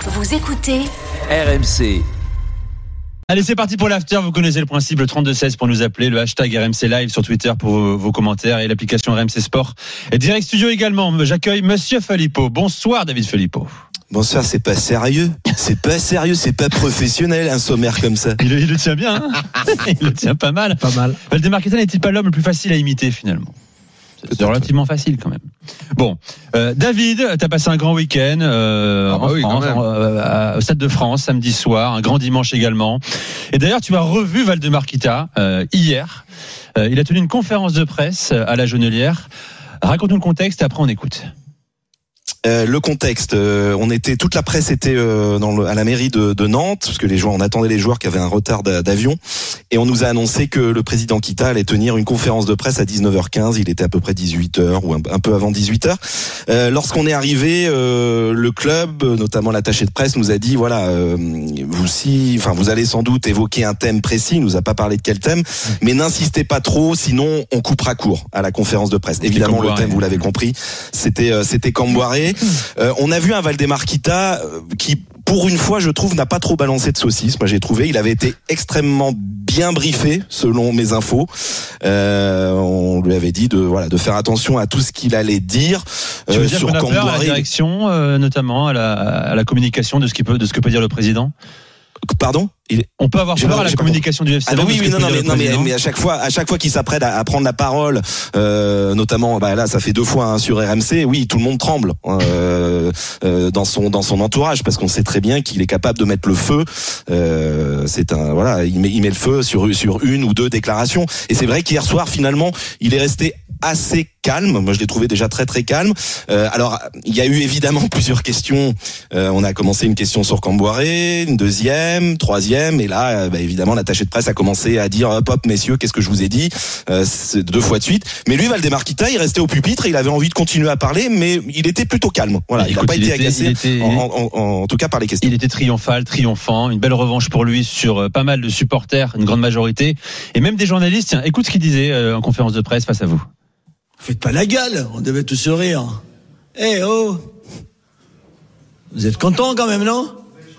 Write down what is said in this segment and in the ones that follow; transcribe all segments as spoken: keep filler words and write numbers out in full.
Vous écoutez R M C. Allez, c'est parti pour l'after. Vous connaissez le principe, le trente-deux seize pour nous appeler, le hashtag R M C Live sur Twitter pour vos, vos commentaires et l'application R M C Sport. Et Direct Studio également. J'accueille Monsieur Philippot. Bonsoir, David Philippot. Bonsoir, c'est pas sérieux. C'est pas sérieux, c'est pas professionnel, un sommaire comme ça. Il, il le tient bien, hein. Il le tient pas mal. Pas mal. Valdemar Kita n'est-il pas l'homme le plus facile à imiter, finalement? C'est relativement facile quand même. Bon, euh, David, t'as passé un grand week-end euh, ah bah en oui, France, en, euh, au Stade de France samedi soir, un grand dimanche également. Et d'ailleurs, tu as revu Valdemar Kita euh, hier. Euh, il a tenu une conférence de presse à la Jonelière. Raconte-nous le contexte et après on écoute. Euh, le contexte, euh, on était, toute la presse était euh, dans le, à la mairie de, de Nantes, parce que les joueurs, on attendait les joueurs qui avaient un retard d'avion, et on nous a annoncé que le président Kita allait tenir une conférence de presse à dix-neuf heures quinze. Il était à peu près dix-huit heures ou un, un peu avant dix-huit heures. Euh, lorsqu'on est arrivé, euh, le club, notamment l'attaché de presse, nous a dit voilà, euh, vous si, enfin vous allez sans doute évoquer un thème précis. Il nous a pas parlé de quel thème, mais n'insistez pas trop, sinon on coupera court à la conférence de presse. Évidemment, le thème, vous l'avez compris, c'était euh, c'était Camboiré. Euh, on a vu un Valdemar Kita euh, qui, pour une fois, je trouve, n'a pas trop balancé de saucisse. Moi, j'ai trouvé, il avait été extrêmement bien briefé, selon mes infos. Euh, on lui avait dit de voilà de faire attention à tout ce qu'il allait dire. Tu veux euh, dire sur qu'on a peur Camboiré. à la direction, euh, notamment à la, à la communication de ce qui peut, de ce que peut dire le président. Pardon? Il... On peut avoir J'ai peur pas, à la j'ai communication du F C. Ah bah oui, oui, non, non, mais, non, mais, mais à chaque fois, à chaque fois qu'il s'apprête à, à prendre la parole, euh, notamment, bah là, ça fait deux fois hein, sur R M C. Oui, tout le monde tremble euh, euh, dans son dans son entourage parce qu'on sait très bien qu'il est capable de mettre le feu. Euh, c'est un voilà, il met il met le feu sur sur une ou deux déclarations. Et c'est vrai qu'hier soir, finalement, il est resté assez calme. Moi, je l'ai trouvé déjà très très calme. Euh, alors, il y a eu évidemment plusieurs questions. Euh, on a commencé une question sur Camboiré, une deuxième, troisième, et là, bah, évidemment, l'attaché de presse a commencé à dire hop, hop, messieurs, qu'est-ce que je vous ai dit euh, c'est deux fois de suite. Mais lui, Valdemar Kita, il restait au pupitre, et il avait envie de continuer à parler, mais il était plutôt calme. Voilà, il n'a pas il été était, agacé, était, en, en, en, en tout cas par les questions. Il était triomphal, triomphant, une belle revanche pour lui sur pas mal de supporters, une grande majorité, et même des journalistes. Tiens, écoute ce qu'il disait euh, en conférence de presse face à vous. Faites pas la gueule, on devait tous sourire. Eh hey, oh, vous êtes content quand même, non?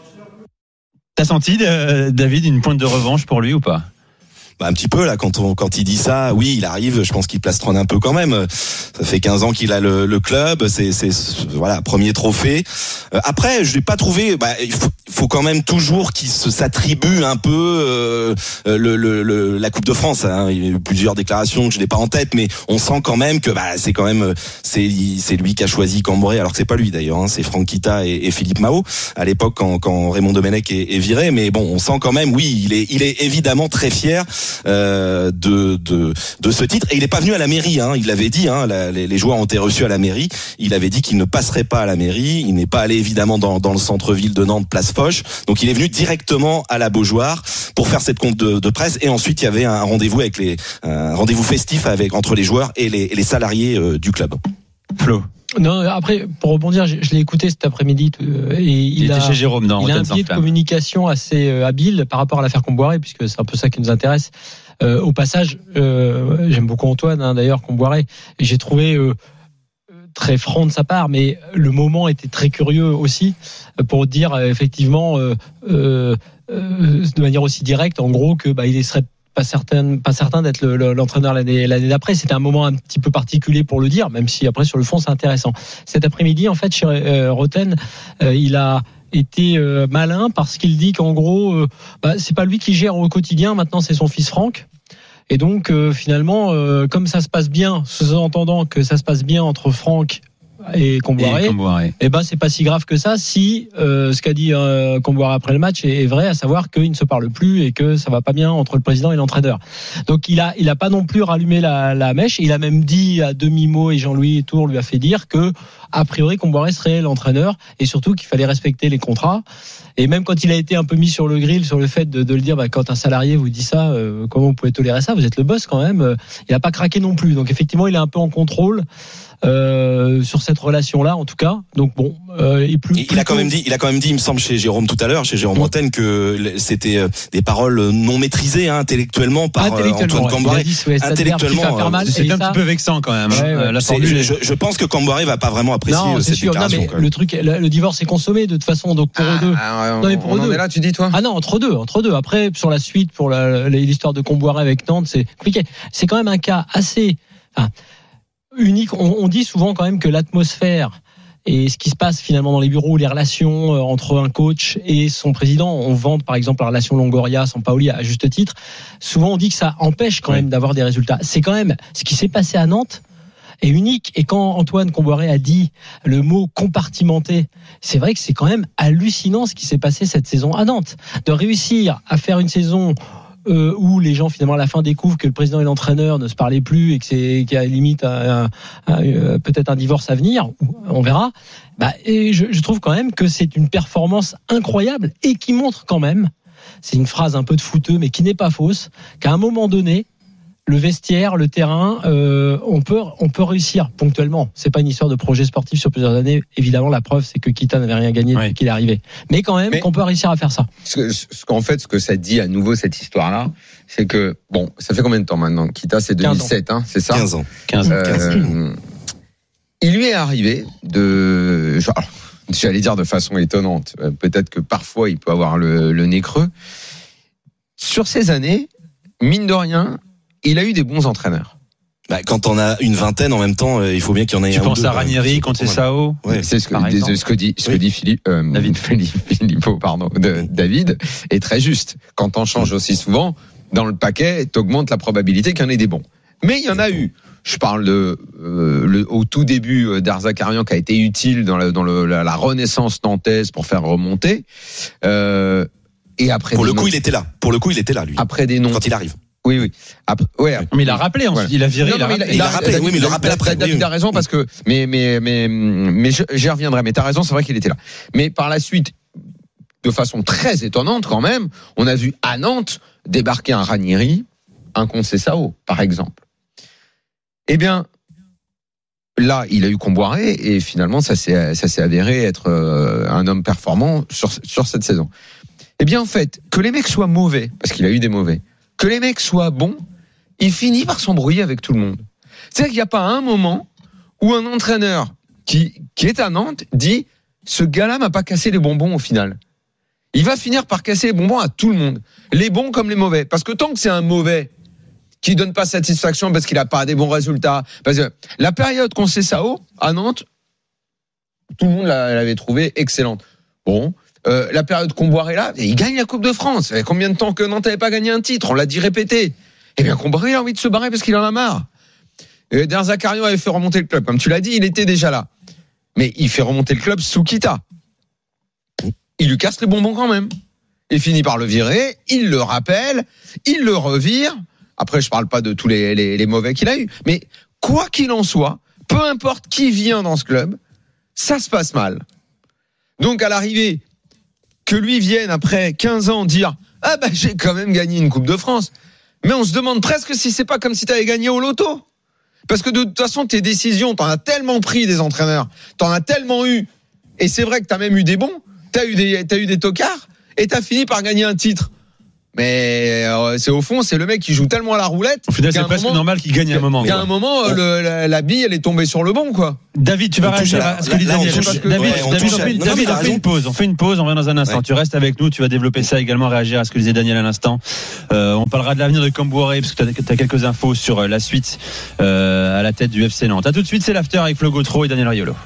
T'as senti, euh, David, une pointe de revanche pour lui ou pas? Bah, un petit peu là quand on quand il dit ça, oui, il arrive, je pense qu'il plastronne un peu quand même. Ça fait quinze ans qu'il a le, le club, c'est c'est voilà, premier trophée. Euh, après, je l'ai pas trouvé bah il faut, faut quand même toujours qu'il se s'attribue un peu euh, le, le, le la Coupe de France hein. Il y a eu plusieurs déclarations que je n'ai pas en tête, mais on sent quand même que bah c'est quand même c'est c'est lui qui a choisi Camboiré, alors que c'est pas lui d'ailleurs hein, c'est Franck Kita et, et Philippe Mao à l'époque quand quand Raymond Domenech est, est viré, mais bon, on sent quand même oui, il est il est évidemment très fier Euh, de de de ce titre, et il est pas venu à la mairie hein, il l'avait dit hein, la, les, les joueurs ont été reçus à la mairie, il avait dit qu'il ne passerait pas à la mairie, il n'est pas allé évidemment dans dans le centre-ville de Nantes, place Foch, donc il est venu directement à la Beaujoire pour faire cette conf de, de presse, et ensuite il y avait un rendez-vous avec les un rendez-vous festif avec entre les joueurs et les, et les salariés euh, du club. Flo. Non, après, pour rebondir, je, je l'ai écouté cet après-midi euh, et il, il a, était chez Jérôme, non, il a un biais de communication assez euh, habile par rapport à l'affaire Camboiré, puisque c'est un peu ça qui nous intéresse. Euh, au passage, euh, j'aime beaucoup Antoine, hein, d'ailleurs, Camboiré, et j'ai trouvé euh, très franc de sa part, mais le moment était très curieux aussi pour dire euh, effectivement euh, euh, euh, de manière aussi directe, en gros, que bah, il serait pas certain, pas certain d'être le, le, l'entraîneur l'année, l'année d'après. C'était un moment un petit peu particulier pour le dire, même si après sur le fond c'est intéressant. Cet après-midi, en fait, chez euh, Roten, euh, il a été euh, malin parce qu'il dit qu'en gros, euh, bah, c'est pas lui qui gère au quotidien. Maintenant, c'est son fils Franck. Et donc euh, finalement, euh, comme ça se passe bien, sous-entendant que ça se passe bien entre Franck et Camboiré, et ben c'est pas si grave que ça si euh, ce qu'a dit euh, Camboiré après le match est, est vrai, à savoir qu'ils ne se parlent plus et que ça va pas bien entre le président et l'entraîneur. Donc il a il a pas non plus rallumé la, la mèche. Il a même dit à demi-mot, et Jean-Louis Tour lui a fait dire que a priori Camboiré serait l'entraîneur, et surtout qu'il fallait respecter les contrats. Et même quand il a été un peu mis sur le grill sur le fait de, de le dire, bah, quand un salarié vous dit ça, euh, comment vous pouvez tolérer ça, vous êtes le boss quand même, euh, il a pas craqué non plus. Donc effectivement il est un peu en contrôle. euh, sur cette relation-là, en tout cas. Donc bon, euh, et plus. Il, il a quand même dit, il a quand même dit, il me semble chez Jérôme tout à l'heure, chez Jérôme Antenne, que c'était des paroles non maîtrisées hein, intellectuellement par intellectuellement, Antoine Camboiré. Ouais, intellectuellement, c'est un petit peu vexant quand même. Ouais, ouais. La je, je, je pense que Camboiré va pas vraiment apprécier non, cette sûr. déclaration. Non, mais le truc, le, le divorce est consommé de toute façon, donc pour ah, eux deux. Ah, non, mais pour on eux en deux. est là, tu dis toi. Ah non, entre deux, entre deux. Après, sur la suite, pour la, l'histoire de Comboiré avec Nantes, c'est compliqué. C'est quand même un cas assez enfin, unique. On, on dit souvent quand même que l'atmosphère et ce qui se passe finalement dans les bureaux, les relations entre un coach et son président, on vante par exemple la relation Longoria-Sampaoli à juste titre. Souvent, on dit que ça empêche quand oui. même d'avoir des résultats. C'est quand même ce qui s'est passé à Nantes. Est unique. Et quand Antoine Camboiré a dit le mot compartimenté, c'est vrai que c'est quand même hallucinant ce qui s'est passé cette saison à Nantes. De réussir à faire une saison euh, où les gens finalement à la fin découvrent que le président et l'entraîneur ne se parlaient plus et que c'est qu'il y a limite un, un, un, peut-être un divorce à venir, on verra. Bah, et je, je trouve quand même que c'est une performance incroyable et qui montre quand même, c'est une phrase un peu de fouteux mais qui n'est pas fausse, qu'à un moment donné le vestiaire, le terrain, euh, on peut on peut réussir ponctuellement. C'est pas une histoire de projet sportif sur plusieurs années. Évidemment, la preuve c'est que Kita n'avait rien gagné depuis oui. qu'il est arrivé. Mais quand même, Mais qu'on peut réussir à faire ça. Ce, que, ce qu'en fait, ce que ça dit à nouveau cette histoire-là, c'est que bon, ça fait combien de temps maintenant ? Kita, c'est deux mille sept, hein, c'est ça ? quinze ans. quinze ans. Euh, il lui est arrivé de, genre, j'allais dire de façon étonnante. Peut-être que parfois il peut avoir le, le nez creux. Sur ces années, mine de rien. Il a eu des bons entraîneurs. Bah, quand on a une vingtaine en même temps, il faut bien qu'il y en ait tu un ou deux. Tu penses à Ranieri quand c'est Sao ouais. C'est ce que, ce, ce que dit, ce oui. que dit Philippe, euh, David Philippot, pardon, de, David, est très juste. Quand t'en changes aussi souvent, dans le paquet, t'augmentes la probabilité qu'il y en ait des bons. Mais il y en a eu. Je parle de, euh, le, au tout début d'Arzakarian qui a été utile dans, le, dans le, la, la renaissance nantaise pour faire remonter. Euh, et après. Pour le noms, coup, il était là. Pour le coup, il était là, lui. Après des noms. Quand il arrive. Oui, oui. Après, ouais, mais il a rappelé ensuite. Ouais. Il a viré. Non, il, a il, rappelé. il, il a rappelé. Oui, mais il le rappelle après. David oui, a raison parce que, mais, mais, mais, mais, j'y reviendrai. Mais t'as raison, c'est vrai qu'il était là. Mais par la suite, de façon très étonnante quand même, on a vu à Nantes débarquer un Ranieri, un Conceição, par exemple. Eh bien, là, il a eu Comboiré et finalement, ça s'est, ça s'est avéré être un homme performant sur, sur cette saison. Eh bien, en fait, que les mecs soient mauvais, parce qu'il a eu des mauvais, que les mecs soient bons, il finit par s'embrouiller avec tout le monde. C'est-à-dire qu'il n'y a pas un moment où un entraîneur qui, qui est à Nantes dit « ce gars-là m'a pas cassé les bonbons au final ». Il va finir par casser les bonbons à tout le monde, les bons comme les mauvais. Parce que tant que c'est un mauvais qui donne pas satisfaction parce qu'il a pas des bons résultats, parce que la période qu'on sait ça haut à Nantes, tout le monde l'avait trouvé excellente. Bon. Euh, la période Comboiré là, il gagne la Coupe de France. Il y a combien de temps que Nantes n'avait pas gagné un titre ? On l'a dit répété. Eh bien, Comboiré a envie de se barrer parce qu'il en a marre. Derzakarian avait fait remonter le club. Comme tu l'as dit, il était déjà là. Mais il fait remonter le club sous Kita. Il lui casse les bonbons quand même. Il finit par le virer, il le rappelle, il le revire. Après, je parle pas de tous les, les, les mauvais qu'il a eu. Mais quoi qu'il en soit, peu importe qui vient dans ce club, ça se passe mal. Donc, à l'arrivée, que lui vienne après quinze ans dire « Ah bah j'ai quand même gagné une Coupe de France ». Mais on se demande presque si c'est pas comme si t'avais gagné au loto. Parce que de toute façon, tes décisions, t'en as tellement pris des entraîneurs, t'en as tellement eu. Et c'est vrai que t'as même eu des bons, t'as eu des, t'as eu des tocards, et t'as fini par gagner un titre. Mais euh, c'est au fond, c'est le mec qui joue tellement à la roulette. Au final, c'est presque moment, normal qu'il gagne à un moment. Il y a un moment, le, la, la bille, elle est tombée sur le bon, quoi. David, tu vas réagir à ce que dit Daniel. David, David, on fait une pause. On fait une pause. On revient dans un instant. Ouais. Tu restes avec nous. Tu vas développer ça également, réagir à ce que disait Daniel à l'instant. Euh, on parlera de l'avenir de Camboiré parce que tu as quelques infos sur la suite euh, à la tête du F C Nantes. À tout de suite, c'est l'after avec Flo Gautreau et Daniel Riolo.